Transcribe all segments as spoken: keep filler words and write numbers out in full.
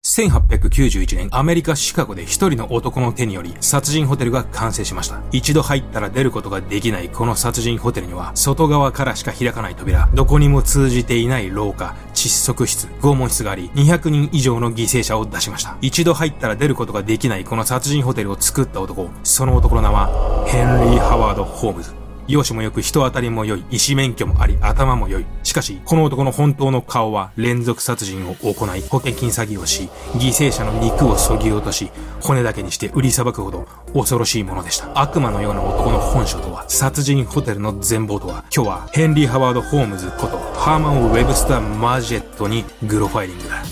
せんはっぴゃくきゅうじゅういちねん、アメリカ・シカゴで一人の男の手により殺人ホテルが完成しました。一度入ったら出ることができないこの殺人ホテルには、外側からしか開かない扉、どこにも通じていない廊下、窒息室、拷問室があり、にひゃくにん以上の犠牲者を出しました。一度入ったら出ることができないこの殺人ホテルを作った男、その男の名は、ヘンリー・ハワード・ホームズ。容姿も良く人当たりも良い、医師免許もあり、頭も良い。しかし、この男の本当の顔は連続殺人を行い、保険金詐欺をし、犠牲者の肉を削ぎ落とし、骨だけにして売りさばくほど恐ろしいものでした。悪魔のような男の本性とは、殺人ホテルの全貌とは、今日はヘンリー・ハワード・ホームズことハーマン・ウェブスター・マジェットにグロファイリングだ。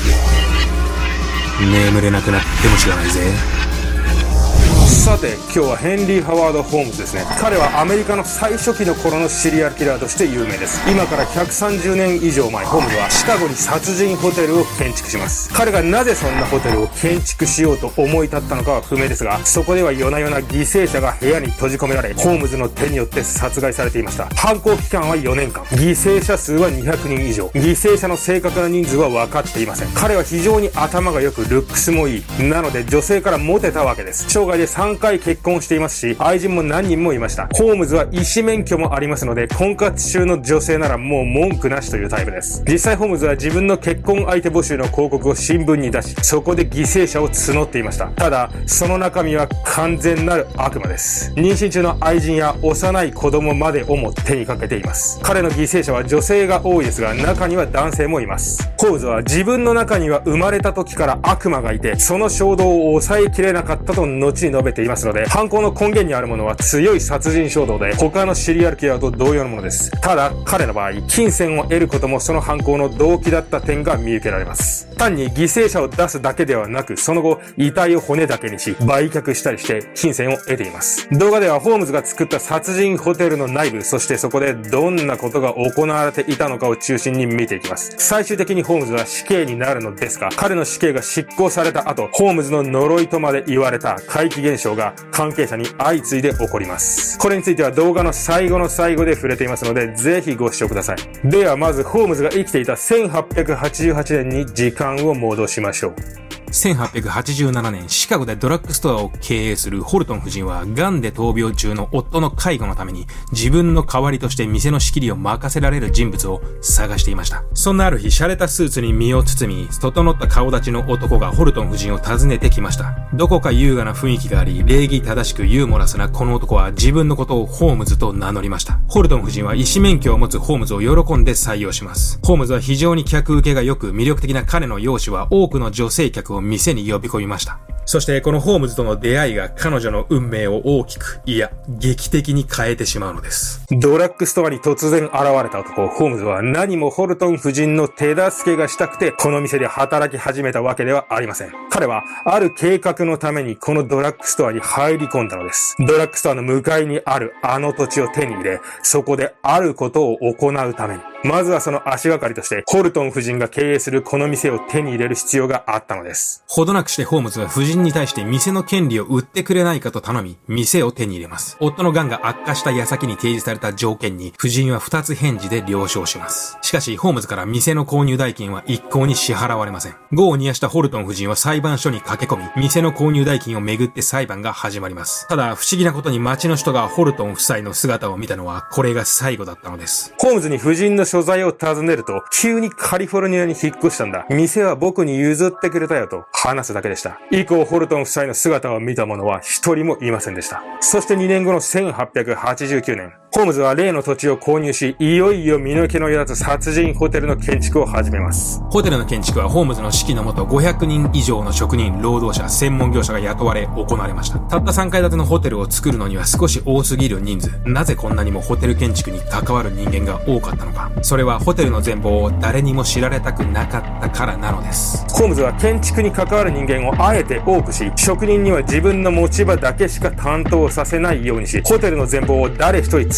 眠れなくなっても知らないぜ。 さて、今日はヘンリー・ハワード・ホームズですね。彼はアメリカの最初期の頃のシリアルキラーとして有名です。今からひゃくさんじゅうねん以上前、ホームズはシカゴに殺人ホテルを建築します。彼がなぜそんなホテルを建築しようと思い立ったのかは不明ですが、そこでは夜な夜な犠牲者が部屋に閉じ込められ、ホームズの手によって殺害されていました。犯行期間はよねんかん。犠牲者数はにひゃくにん以上。犠牲者の正確な人数は分かっていません。彼は非常に頭が良く、ルックスもいい。なので女性からモテたわけです。生涯でさんかい結婚していますし、愛人も何人もいました。ホームズは医師免許もありますので、婚活中の女性ならもう文句なしというタイプです。実際ホームズは自分の結婚相手募集の広告を新聞に出し、そこで犠牲者を募っていました。ただ、その中身は完全なる悪魔です。妊娠中の愛人や幼い子供までをも手にかけています。彼の犠牲者は女性が多いですが、中には男性もいます。ホームズは自分の中には生まれた時から悪魔がいて、その衝動を抑えきれなかったと後に述べていますので、犯行の根源にあるものは強い殺人衝動で、他のシリアルキラーと同様のものです。ただ、彼の場合、金銭を得ることもその犯行の動機だった点が見受けられます。単に犠牲者を出すだけではなく、その後、遺体を骨だけにし、売却したりして金銭を得ています。動画ではホームズが作った殺人ホテルの内部、そしてそこでどんなことが行われていたのかを中心に見ていきます。最終的にホームズは死刑になるのですが、彼の死刑が執行された後、ホームズの呪いとまで言われた怪奇現象が関係者に相次いで起こります。これについては動画の最後の最後で触れていますので、ぜひご視聴ください。ではまずホームズが生きていたせんはっぴゃくはちじゅうはちねんに時間を戻しましょう。 せんはっぴゃくはちじゅうななねん、シカゴでドラッグストアを経営するホルトン夫人は、癌で闘病中の夫の介護のために、自分の代わりとして店の仕切りを任せられる人物を探していました。そんなある日、洒落たスーツに身を包み、整った顔立ちの男がホルトン夫人を訪ねてきました。どこか優雅な雰囲気があり、礼儀正しくユーモラスなこの男は自分のことをホームズと名乗りました。ホルトン夫人は医師免許を持つホームズを喜んで採用します。ホームズは非常に客受けが良く、魅力的な彼の容姿は多くの女性客を店に呼び込みました。そしてこのホームズとの出会いが彼女の運命を大きく、いや劇的に変えてしまうのです。 ドラッグストアに突然現れた男、ホームズは何もホルトン夫人の手助けがしたくてこの店で働き始めたわけではありません。彼はある計画のためにこのドラッグストアに入り込んだのです。ドラッグストアの向かいにあるあの土地を手に入れ、そこであることを行うために、まずはその足がかりとしてホルトン夫人が経営するこの店を手に入れる必要があったのです。 ほどなくしてホームズは夫人に対して店の権利を売ってくれないかと頼み、店を手に入れます。夫の癌が悪化した矢先に提示された条件に夫人は二つ返事で了承します。しかしホームズから店の購入代金は一向に支払われません。業を煮やしたホルトン夫人は裁判所に駆け込み、店の購入代金をめぐって裁判が始まります。ただ不思議なことに町の人がホルトン夫妻の姿を見たのはこれが最後だったのです。 ホームズに夫人の所在を尋ねると、急にカリフォルニアに引っ越したんだ。店は僕に譲ってくれたよと話すだけでした。以降ホルトン夫妻の姿を見た者は一人もいませんでした。そしてにねんごのせんはっぴゃくはちじゅうきゅうねん、ホームズは例の土地を購入し、いよいよ身の毛のよだつ殺人ホテルの建築を始めます。 ホテルの建築はホームズの指揮のもとごひゃくにん以上の職人、労働者、専門業者が雇われ行われました。たったさんかい建てのホテルを作るのには少し多すぎる人数。なぜこんなにもホテル建築に関わる人間が多かったのか。それはホテルの全貌を誰にも知られたくなかったからなのです。 ホームズは建築に関わる人間をあえて多くし、職人には自分の持ち場だけしか担当させないようにし、ホテルの全貌を誰一人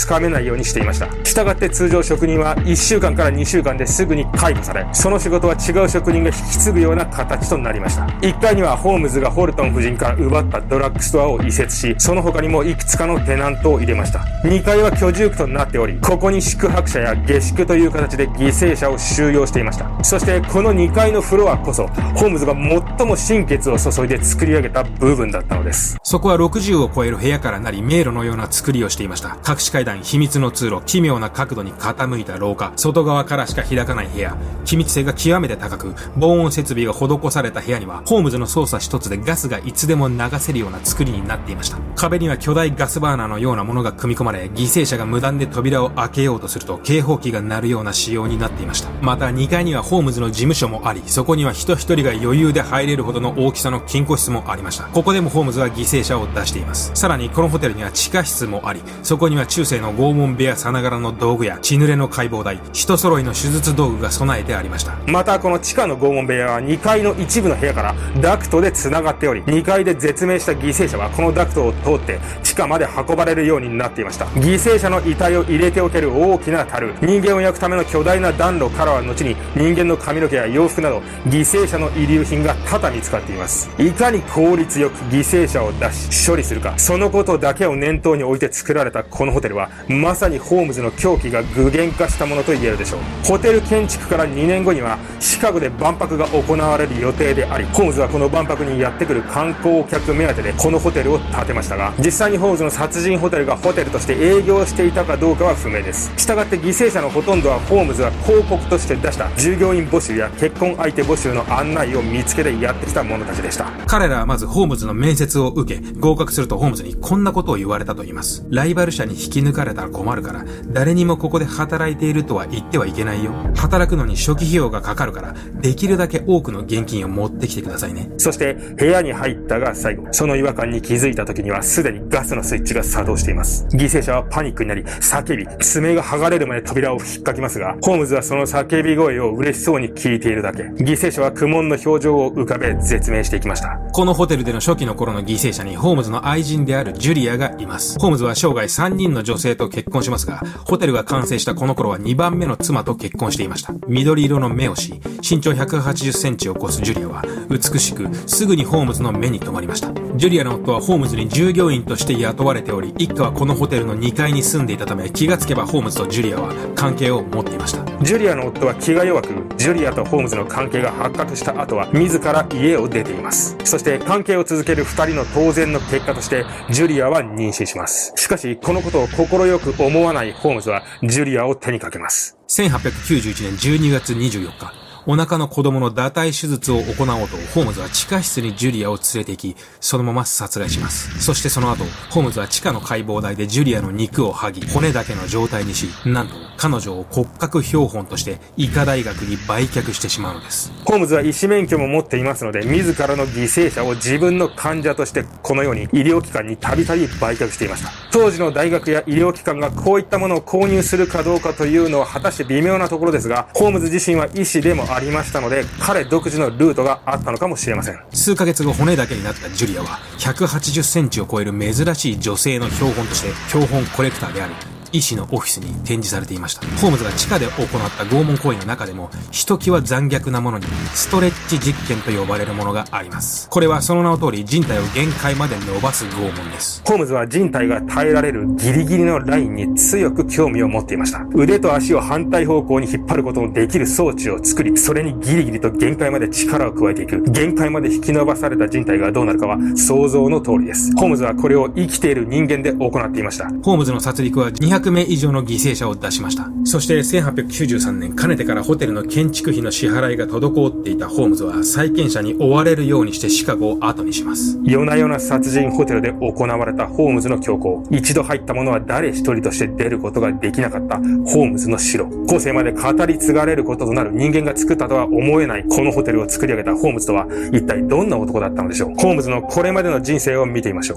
つかめないようにしていました。したがって通常職人はいっしゅうかんからにしゅうかんですぐに解雇され、その仕事は違う職人が引き継ぐような形となりました。いっかいにはホームズがホルトン夫人から奪ったドラッグストアを移設し、その他にもいくつかのテナントを入れました。にかいは居住区となっており、ここに宿泊者や下宿という形で犠牲者を収容していました。そしてこのにかいのフロアこそホームズが最も心血を注いで作り上げた部分だったのです。 そこはろくじゅうを超える部屋からなり迷路のような作りをしていました。隠し階段、秘密の通路、奇妙な角度に傾いた廊下、外側からしか開かない部屋、機密性が極めて高く、防音設備が施された部屋にはホームズの操作一つでガスがいつでも流せるような作りになっていました。壁には巨大ガスバーナーのようなものが組み込まれ、犠牲者が無断で扉を開けようとすると警報器が鳴るような仕様になっていました。またにかいにはホームズの事務所もあり、そこには人一人が余裕で入れるほどの大きさの金庫室もありました。ここでもホームズは犠牲者を出しています。さらにこのホテルには地下室もあり、そこには中世の拷問部屋さながらの道具や血濡れの解剖台、人揃いの手術道具が備えてありました。 またこの地下の拷問部屋はにかいの一部の部屋からダクトで繋がっており、にかいで絶命した犠牲者はこのダクトを通って地下まで運ばれるようになっていました。犠牲者の遺体を入れておける大きな樽、人間を焼くための巨大な暖炉からは後に人間の髪の毛や洋服など犠牲者の遺留品が多々見つかっています。いかに効率よく犠牲者を出し処理するか、そのことだけを念頭に置いて作られたこのホテルはまさにホームズの狂気が具現化したものと言えるでしょう。ホテル建築からにねんごにはシカゴで万博が行われる予定であり、ホームズはこの万博にやってくる観光客目当てでこのホテルを建てましたが、実際にホームズの殺人ホテルがホテルとして営業していたかどうかは不明です。したがって犠牲者のほとんどはホームズが広告として出した従業員募集や結婚相手募集の案内を見つけてやってきた者たちでした。 彼らはまずホームズの面接を受け、合格するとホームズにこんなことを言われたと言います。ライバル社に引き抜かれたら困るから、誰にもここで働いているとは言ってはいけないよ。働くのに初期費用がかかるから、できるだけ多くの現金を持ってきてくださいね。 そして部屋に入ったが最後、その違和感に気づいた時にはすでにガスのスイッチが作動しています。犠牲者はパニックになり叫び、爪が剥がれるまで扉を引っかきますが、ホームズはその叫び声を嬉しそうに聞いているだけ。犠牲者は苦悶の表情を浮かべ絶命していきました。 このホテルでの初期の頃の犠牲者にホームズの愛人であるジュリアがいます。ホームズは生涯さんにんの女性と結婚しますが、ホテルが完成したこの頃はにばんめの妻と結婚していました。緑色の目をし、身長ひゃくはちじゅっセンチを超すジュリアは美しく、すぐにホームズの目に留まりました。ジュリアの夫はホームズに従業員として雇われており、一家はこのホテルのにかいに住んでいたため、気がつけばホームズとジュリアは関係を持っていました。 ジュリアの夫は気が弱く、ジュリアとホームズの関係が発覚した後は自ら家を出ています。そして関係を続ける二人の当然の結果としてジュリアは妊娠します。しかしこのことを快く思わないホームズはジュリアを手にかけます。 せんはっぴゃくきゅうじゅういちねんじゅうにがつにじゅうよっか、お腹の子供の堕胎手術を行おうとホームズは地下室にジュリアを連れて行き、そのまま殺害します。そしてその後、ホームズは地下の解剖台でジュリアの肉を剥ぎ、骨だけの状態にし、なんと彼女を骨格標本として医科大学に売却してしまうのです。 ホームズは医師免許も持っていますので、自らの犠牲者を自分の患者としてこのように医療機関にたびたび売却していました。当時の大学や医療機関がこういったものを購入するかどうかというのは果たして微妙なところですが、ホームズ自身は医師でもありましたので、彼独自のルートがあったのかもしれません。 数ヶ月後、骨だけになったジュリアはひゃくはちじゅっセンチを超える珍しい女性の標本として標本コレクターである医師のオフィスに展示されていました。ホームズが地下で行った拷問行為の中でもひときわ残虐なものにストレッチ実験と呼ばれるものがあります。これはその名の通り人体を限界まで伸ばす拷問です。 ホームズは人体が耐えられるギリギリのラインに強く興味を持っていました。腕と足を反対方向に引っ張ることのできる装置を作り、それにギリギリと限界まで力を加えていく。限界まで引き伸ばされた人体がどうなるかは想像の通りです。ホームズはこれを生きている人間で行っていました。 ホームズの殺戮はにひゃくめい以上の犠牲者を出しました。そしてせんはっぴゃくきゅうじゅうさんねん、かねてからホテルの建築費の支払いが滞っていたホームズは債権者に追われるようにしてシカゴを後にします。 夜な夜な殺人ホテルで行われたホームズの強行。一度入った者は誰一人として出ることができなかったホームズの城。後世まで語り継がれることとなる人間が作ったとは思えないこのホテルを作り上げたホームズとは一体どんな男だったのでしょう。ホームズのこれまでの人生を見てみましょう。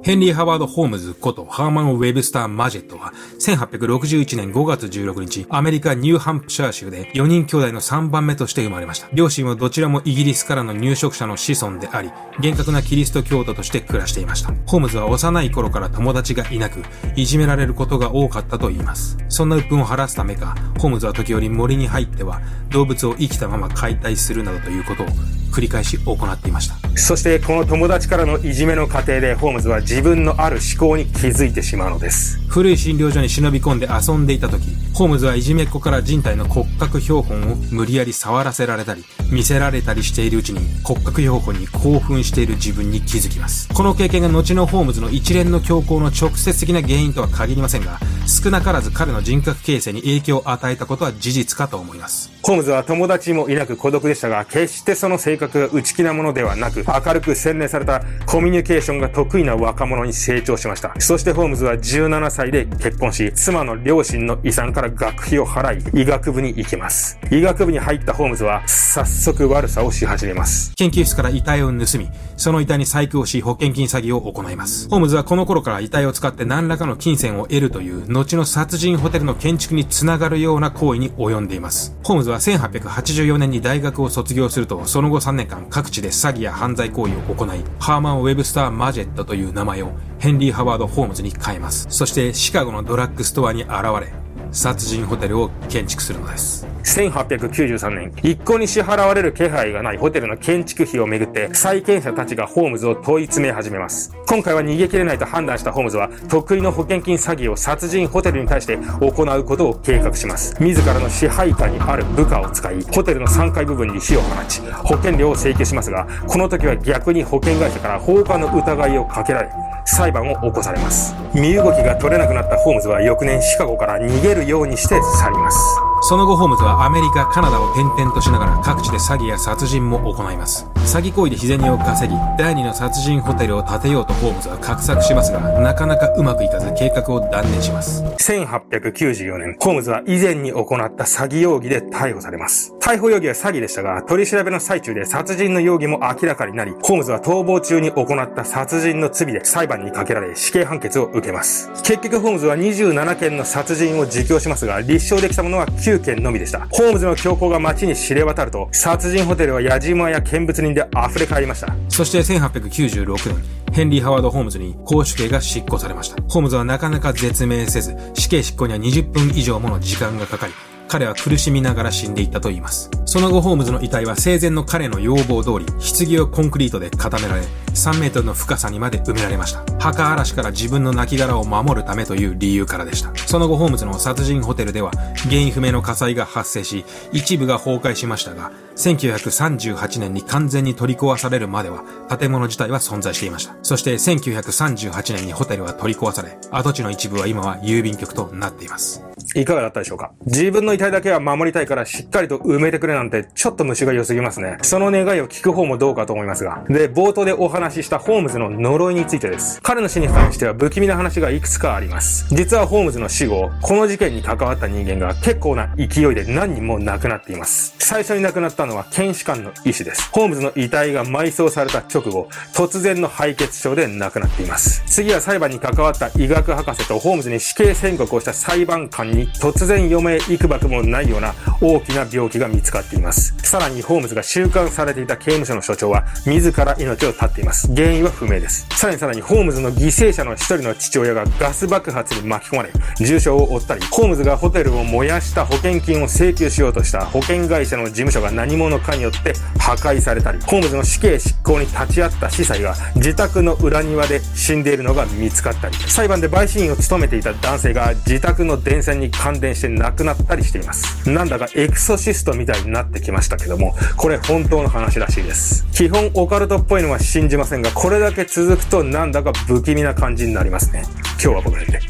ヘンリー・ハワード・ホームズことハーマン・ウェブスター・マジェットはせんはっぴゃくろくじゅういちねんごがつじゅうろくにち、アメリカ・ニューハンプシャー州でよにん兄弟のさんばんめとして生まれました。両親はどちらもイギリスからの入植者の子孫であり、厳格なキリスト教徒として暮らしていました。ホームズは幼い頃から友達がいなく、いじめられることが多かったと言います。そんな鬱憤を晴らすためか、ホームズは時折森に入っては動物を生きたまま解体するなどということを繰り返し行っていました。 そしてこの友達からのいじめの過程でホームズは自分のある思考に気づいてしまうのです。 古い診療所に忍び込んで遊んでいた時、ホームズはいじめっ子から人体の骨格標本を無理やり触らせられたり見せられたりしているうちに骨格標本に興奮している自分に気づきます。この経験が後のホームズの一連の強行の直接的な原因とは限りませんが、少なからず彼の人格形成に影響を与えたことは事実かと思います。 ホームズは友達もいなく孤独でしたが、決してその性格が内気なものではなく、明るく洗練されたコミュニケーションが得意な若者に成長しました。そしてホームズはじゅうななさいで結婚し、妻の両親の遺産から学費を払い、医学部に行きます。医学部に入ったホームズは早速悪さをし始めます。 研究室から遺体を盗み、その遺体に細工をし保険金詐欺を行います。ホームズはこの頃から遺体を使って何らかの金銭を得るという後の殺人ホテルの建築につながるような行為に及んでいます。ホームズはせんはっぴゃくはちじゅうよねんに大学を卒業すると、その後さんねんかん各地で詐欺や犯罪行為を行い、ハーマン・ウェブスター・マジェットという名前をヘンリー・ハワード・ホームズに変えます。そしてシカゴのドラッグストアに現れ、殺人ホテルを建築するのです。 せんはっぴゃくきゅうじゅうさんねん、一向に支払われる気配がないホテルの建築費をめぐって債権者たちがホームズを問い詰め始めます。今回は逃げ切れないと判断したホームズは、得意の保険金詐欺を殺人ホテルに対して行うことを計画します。自らの支配下にある部下を使い、ホテルのさんがい部分に火を放ち、保険料を請求しますが、この時は逆に保険会社から放火の疑いをかけられ、裁判を起こされます。身動きが取れなくなったホームズは翌年シカゴから逃げるようにして去ります。 その後ホームズはアメリカ、カナダを転々としながら各地で詐欺や殺人も行います。詐欺行為で日銭を稼ぎ、第二の殺人ホテルを建てようとホームズは画策しますが、なかなかうまくいかず計画を断念します。 せんはっぴゃくきゅうじゅうよねん、ホームズは以前に行った詐欺容疑で逮捕されます。逮捕容疑は詐欺でしたが、取り調べの最中で殺人の容疑も明らかになり、ホームズは逃亡中に行った殺人の罪で裁判にかけられ死刑判決を受けます。結局ホームズはにじゅうななけんの殺人を自供しますが、立証できたものはきゅうけんのみでした。ホームズの凶行が街に知れ渡ると、殺人ホテルは矢島や見物人で溢れ返りました。 そしてせんはっぴゃくきゅうじゅうろくねん、ヘンリー・ハワード・ホームズに絞首刑が執行されました。ホームズはなかなか絶命せず、死刑執行にはにじゅっぷん以上もの時間がかかり、彼は苦しみながら死んでいったと言います。その後ホームズの遺体は生前の彼の要望通り、棺をコンクリートで固められ、さんメートルの深さにまで埋められました。墓荒らしから自分の亡骸を守るためという理由からでした。その後ホームズの殺人ホテルでは原因不明の火災が発生し、一部が崩壊しましたが、せんきゅうひゃくさんじゅうはちねんに完全に取り壊されるまでは建物自体は存在していました。そしてせんきゅうひゃくさんじゅうはちねんにホテルは取り壊され、跡地の一部は今は郵便局となっています。 いかがだったでしょうか。自分の遺体だけは守りたいからしっかりと埋めてくれなんてちょっと虫が良すぎますね。その願いを聞く方もどうかと思いますが。で、冒頭でお話ししたホームズの呪いについてです。彼の死に関しては不気味な話がいくつかあります。実はホームズの死後、この事件に関わった人間が結構な勢いで何人も亡くなっています。最初に亡くなったのは検視官の医師です。ホームズの遺体が埋葬された直後、突然の敗血症で亡くなっています。次は裁判に関わった医学博士とホームズに死刑宣告をした裁判官に突然余命いくばくもないような大きな病気が見つかっています。さらにホームズが収監されていた刑務所の所長は自ら命を絶っています。原因は不明です。さらにさらにホームズの犠牲者の一人の父親がガス爆発に巻き込まれ重傷を負ったり、ホームズがホテルを燃やした保険金を請求しようとした保険会社の事務所が何者かによって破壊されたり、ホームズの死刑執行に立ち会った司祭が自宅の裏庭で死んでいるのが見つかったり、裁判で陪審員を務めていた男性が自宅の電線に感電して亡くなったりしています。なんだかエクソシストみたいになってきましたけども、これ本当の話らしいです。基本オカルトっぽいのは信じませんが、これだけ続くとなんだか不気味な感じになりますね。今日はこの辺で。